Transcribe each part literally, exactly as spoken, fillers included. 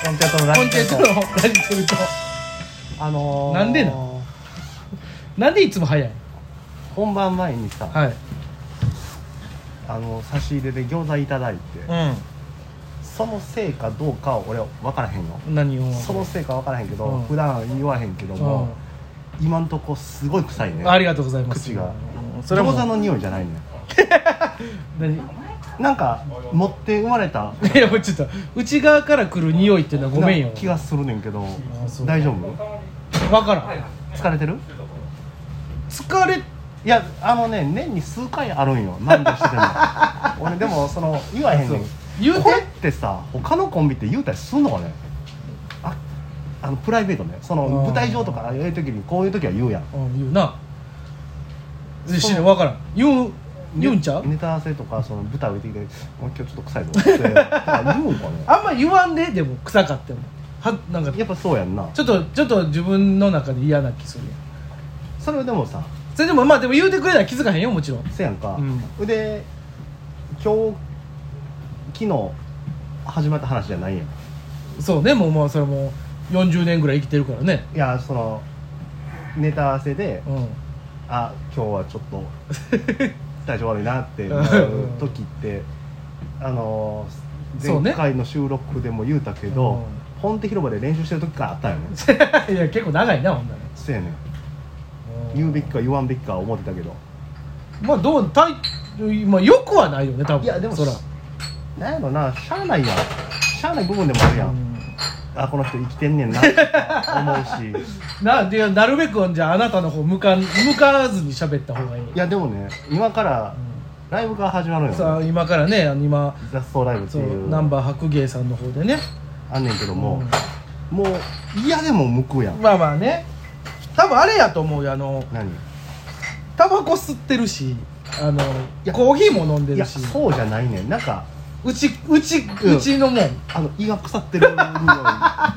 コンテンツのラジコンテンツのラジチェルトあのー、 なんでななんでいつも早い本番前にさ、 はいあの差し入れで餃子いただいて、 うそのせいかどうかは俺は分からへんよ。 ん何をそのせいか分からへんけど、 うん普段言わへんけども、今んとこすごい臭いね。 ありがとうございます口がうんそれはもう餃子の匂いじゃないね。 何なんか持って生まれたいやもうちょっと内側から来る匂いっていうのはごめんよ気がするねんけど、 あそう大丈夫？ 分からん疲れてる？ 疲れいやあのね年に数回あるんよ。何度しても俺でもその言わへんねん。 言うてこれってさ他のコンビって言うたりすんのかね。ああのプライベートね、そのうん舞台上とかああいう時にこういう時は言うやん。 うん言うなしね分からん言う言うんちゃうネタ合わせとかその舞台置いてきて「もう今日ちょっと臭いぞ」って言うんかね。 あんま言わんででも臭かってもはなんかやっぱそうやんな。 ちょっとちょっと自分の中で嫌な気するやんそれでもさそれでもまあでも言うてくれたら気づかへんよもちろんせやんか、 うで今日昨日始まった話じゃないやん。 そうねもうまあそれもよんじゅうねんぐらい生きてるからねいやそのネタ合わせで、 うんあ今日はちょっと体調悪いなってなる時ってあのそうね前回の収録でも言うたけど、 うん本手広場で練習してる時からあったよね。 いや結構長いなほんならそうやねん。言うべきか言わんべきか思ってたけど、 まあどうたいまあよくはないよね多分いやでもそらなんやろな、しゃあないやん。しゃあない部分でもあるやん、 うん、 あこの人生きてんねんなって思うしなでなるべくじゃああなたの方向か向かずに喋った方がいいいやでもね今からライブが始まるんよ、 さあ今からねあの今雑草ライブってそういうナンバー白芸さんの方でねあんねんけども、もう嫌でも向くやん。 まあまあね多分あれやと思うよあの何？ タバコ吸ってるしあのやコーヒーも飲んでいやるしそうじゃないねん。なんかうちうちうんうちのもんあの胃が腐ってる匂いあ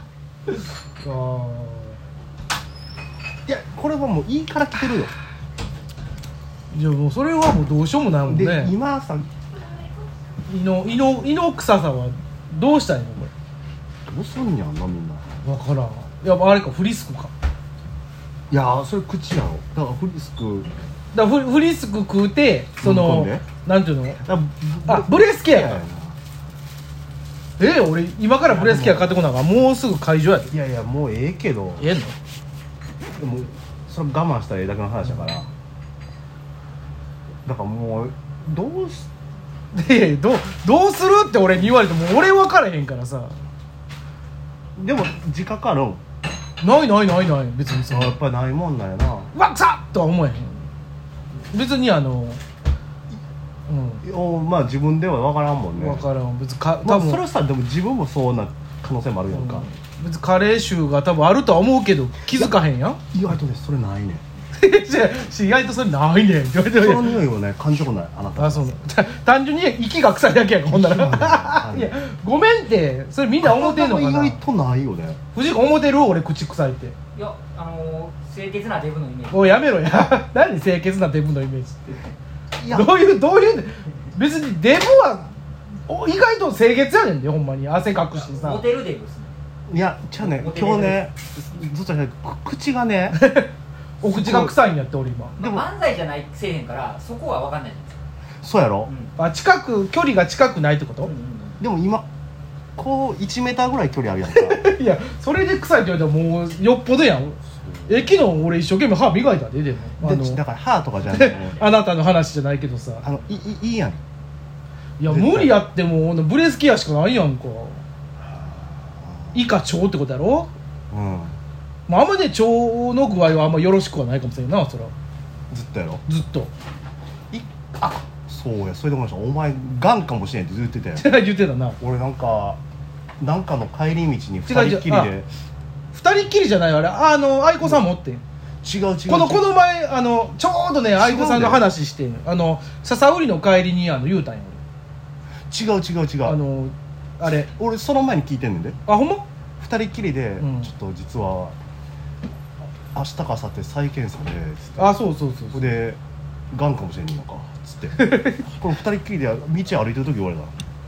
いやこれはもう胃から来てるよ。 いやもうそれはもうどうしようもないもんで、 ね今さ胃の胃の胃の臭さはどうしたらいいのこどうすんやんなみんな。 れ分からんいやあれかフリスクかいやーそれ口やろ。だからフリスクだからフフリスク食うてその飲み込んでなんていうのだあブレスケアかやな。 え俺今からブレスケア買ってこなあかんもうすぐ会場やでいやいやもうええけど、 ええのでもそれ我慢したらええだけの話だから、だからもうどうしでどうどうするって俺に言われても俺分からへんからさでも自覚あるん。 ないないないない別にさあやっぱりないもんなんやな。 うわっ臭っとは思えへん別にあのうんおまあ自分では分からんもんね。 分からん別にかまあ、 多分、 それはさでも自分もそうな可能性もあるやんか、 うん、別に加齢臭が多分あるとは思うけど気づかへんやん意外とねそれないねん。 じゃあ意外とそれないねんって言われてその匂いをね感じたことないあなた。 あそうね単純に息が臭いだけやんかほんならいやごめんってそれみんな思ってんのかな意外とないよね。 藤子思ってる俺口臭いっていや、あのー、清潔なデブのイメージ。 おいやめろや何清潔なデブのイメージっていやどういうどういう別にデブはお意外と清潔やねんでほんまに汗かくしさモテるデブですね。 いやじゃあねモテれる今日ねずっとねく口がねお口が臭いんやって俺今でもまあ、漫才じゃないせえへんからそこは分かんないじゃないですか。 そうやろ、 あ近く距離が近くないってこと、 うんうんうんでも今こういちメーターぐらい距離あるやんかいやそれで臭いって言われたらもうよっぽどやんえ昨日俺一生懸命歯磨いたででもあのでだから歯とかじゃないあなたの話じゃないけどさあのいいいいやん。 いや絶対無理やってもうブレスケアしかないやんか胃か腸ってことやろ、 うんまあ、あんまね腸の具合はあんまよろしくはないかもしれんなそれはずっとやろ。 ずっといあそうやそれで思いました。お前がんかもしれんってずっと言ってたよ言ってたな俺なんかなんかの帰り道にふたりっきり違う違で二人っきりじゃないあれあの愛子さんもおってん違う違う違うこのこの前あのちょうどね愛子さんの話してあの笹売りの帰りにあの言うたんや違う違う違う俺あのあれ俺その前に聞いてんねんであほんまふたりっきりで、 うんちょっと実は明日か明後日再検査でつってあそうそうそうそうでがんかもしれんのかつってこれふたりっきりで道歩いてる時言われた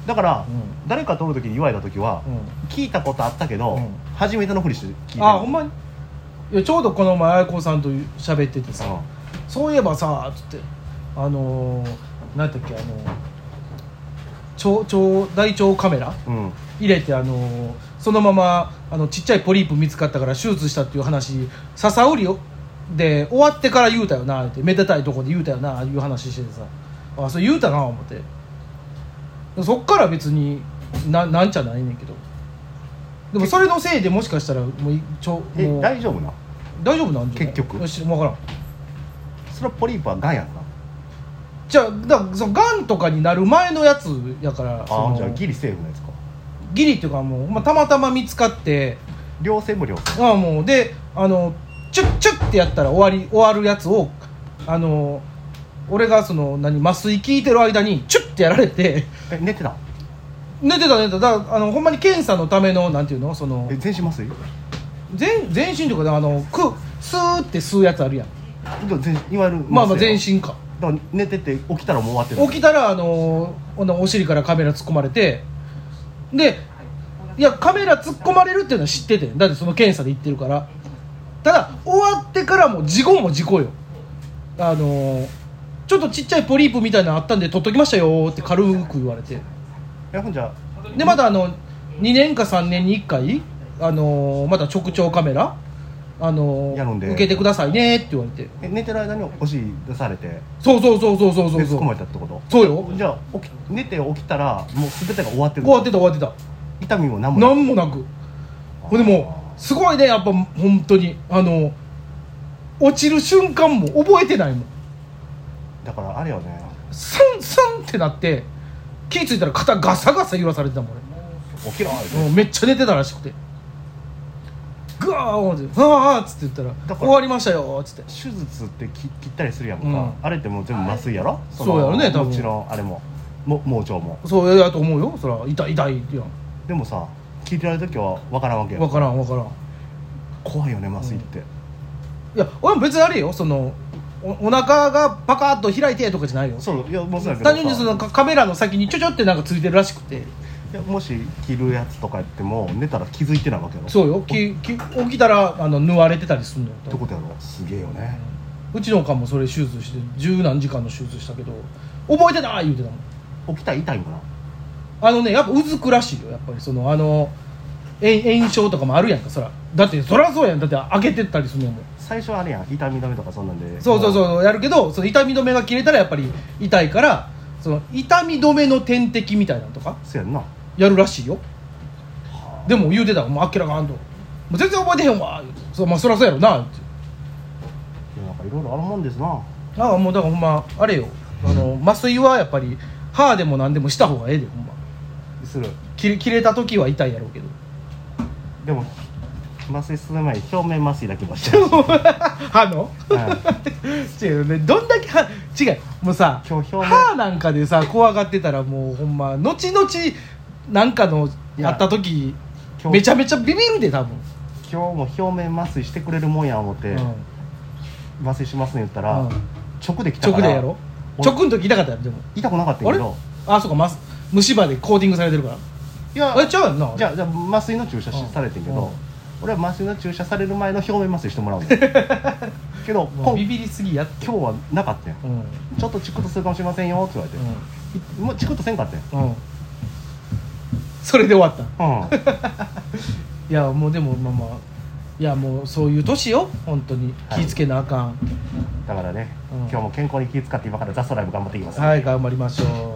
だから、 うん、 誰かとおる時に言われた時は、うん、聞いたことあったけど、うん、初めてのふりして聞いてる。 あ、ほんまに。いやちょうどこの前あやこさんと喋っててさ、うん、そういえばさつってあのー、何だっけあの超超大腸カメラ、うん、入れてあのー、そのままあのちっちゃいポリープ見つかったから手術したっていう話笹売りで終わってから言うたよなってめでたいとこで言うたよないう話しててさ、あそれ言うたな思って、そっから別に な, なんちゃないねんけど、でもそれのせいでもしかしたらもうちょえもう大丈夫な大丈夫なんじゃない結局。 よし分からん。 それはポリープはガンやんな。 じゃあだからそのガンとかになる前のやつやから。 ああじゃあギリセーフなやつか。 ギリっていうかもう、まあ、たまたま見つかって良性も良性。 ああもうであのチュッチュッってやったら終わり終わるやつをあの俺がその何麻酔効いてる間にチュッてやられて。 え寝てた寝てた寝てた。だからあのほんまに検査のためのなんていうのそのえ全身麻酔全全身というかあのくスーって吸うやつあるやん。 いわゆるまあまあ全身か。 だから寝てて起きたらもう終わってる。 起きたらあのお尻からカメラ突っ込まれて、でいやカメラ突っ込まれるっていうのは知ってて、だってその検査で言ってるから。ただ終わってからも事故も事故よ。あのちょっとちっちゃいポリープみたいなのあったんで取っときましたよって軽く言われて、 えほんじゃでまたあのにねんかさんねんにいっかいあのまた直腸カメラあの受けてくださいねって言われて。 え寝てる間にお尻出されて。 そうそうそうそうそうそう突っ込まれたってこと。 そうよ。 じゃあ起き寝て起きたらもう全てが終わってる。 終わってた終わってた。 痛みも何もなく何もなく。ほんでもすごいねやっぱ本当にあの落ちる瞬間も覚えてないもん。 だからあれよねスンスンってなって気ぃついたら肩ガサガサ揺らされてたもん俺。起きろーめっちゃ寝てたらしくてグワーッてあーっつって言ったら終わりましたよっつって。 手術って切ったりするやんか、うん、あれってもう全部麻酔やろ。 そうやろね多分。 もちろんあれもも盲腸もそうやと思うよ。そら痛い痛いってやん。 でもさ聞いてられる時は分からんわけやん。 分からん分からん。 怖いよね麻酔って、うん、 いや俺も別にあれよその お, お腹がパカッと開いてとかじゃないよ。 そういやもうそうやけど単純にそのカメラの先にちょちょってなんかついてるらしくて、 いやもし切るやつとかやっても寝たら気づいてないわけやろ。 そうよ。きき起きたらあの縫われてたりするのよってことやろ。すげえよね。 うちのおかんもそれ手術して十何時間の手術したけど覚えてない言うてたもん。 起きたら痛いんかな。 あのねやっぱうずくらしいよやっぱりそのあの炎症とかもあるやんか。そらだってそらそうやん。だって開けてったりするのも最初はあれやん痛み止めとかそんなんで。 そうそうそうやるけどその痛み止めが切れたらやっぱり痛いからその痛み止めの点滴みたいなのとかそうやんなやるらしいよ、はあ、でも言うてたもうあっけらかんともう全然覚えてへんわ言うて。そ、まあ、そらそうやろなって。 いやなんかいろいろあるもんですな。 ああもうだからほんまあれよあの麻酔はやっぱり歯でも何でもした方がええでほんまする。切れ、切れた時は痛いやろうけどでも麻酔する前に表面麻酔だけはしてる歯の、はい、違うねどんだけ歯違うもうさ歯なんかでさ怖がってたらもうほんま後々なんかのあった時めちゃめちゃビビるで多分。 今日も表面麻酔してくれるもんや思って、うん、麻酔しますね言ったら、うん、直で来たから。 直でやろ。直の時痛かったやろ。でも痛くなかったんやけどあそうか虫歯でコーティングされてるから。いやえちゃうやんな。 じゃあじゃあ麻酔の注射されてんけど、俺は麻酔の注射される前の表面麻酔してもらうのけどビビりすぎやって今日はなかったよ、うん、ちょっとチクッとするかもしれませんよって言われて、うん、もうチクッとせんかったよ、うん、 それで終わった、 うん、 いやもうでもまあまあいやもうそういう年よ本当に気ぃつけなあかん、はい、 だからね、うん、今日も健康に気ぃ使って今からザストライブ頑張っていきます、 はい頑張りましょう。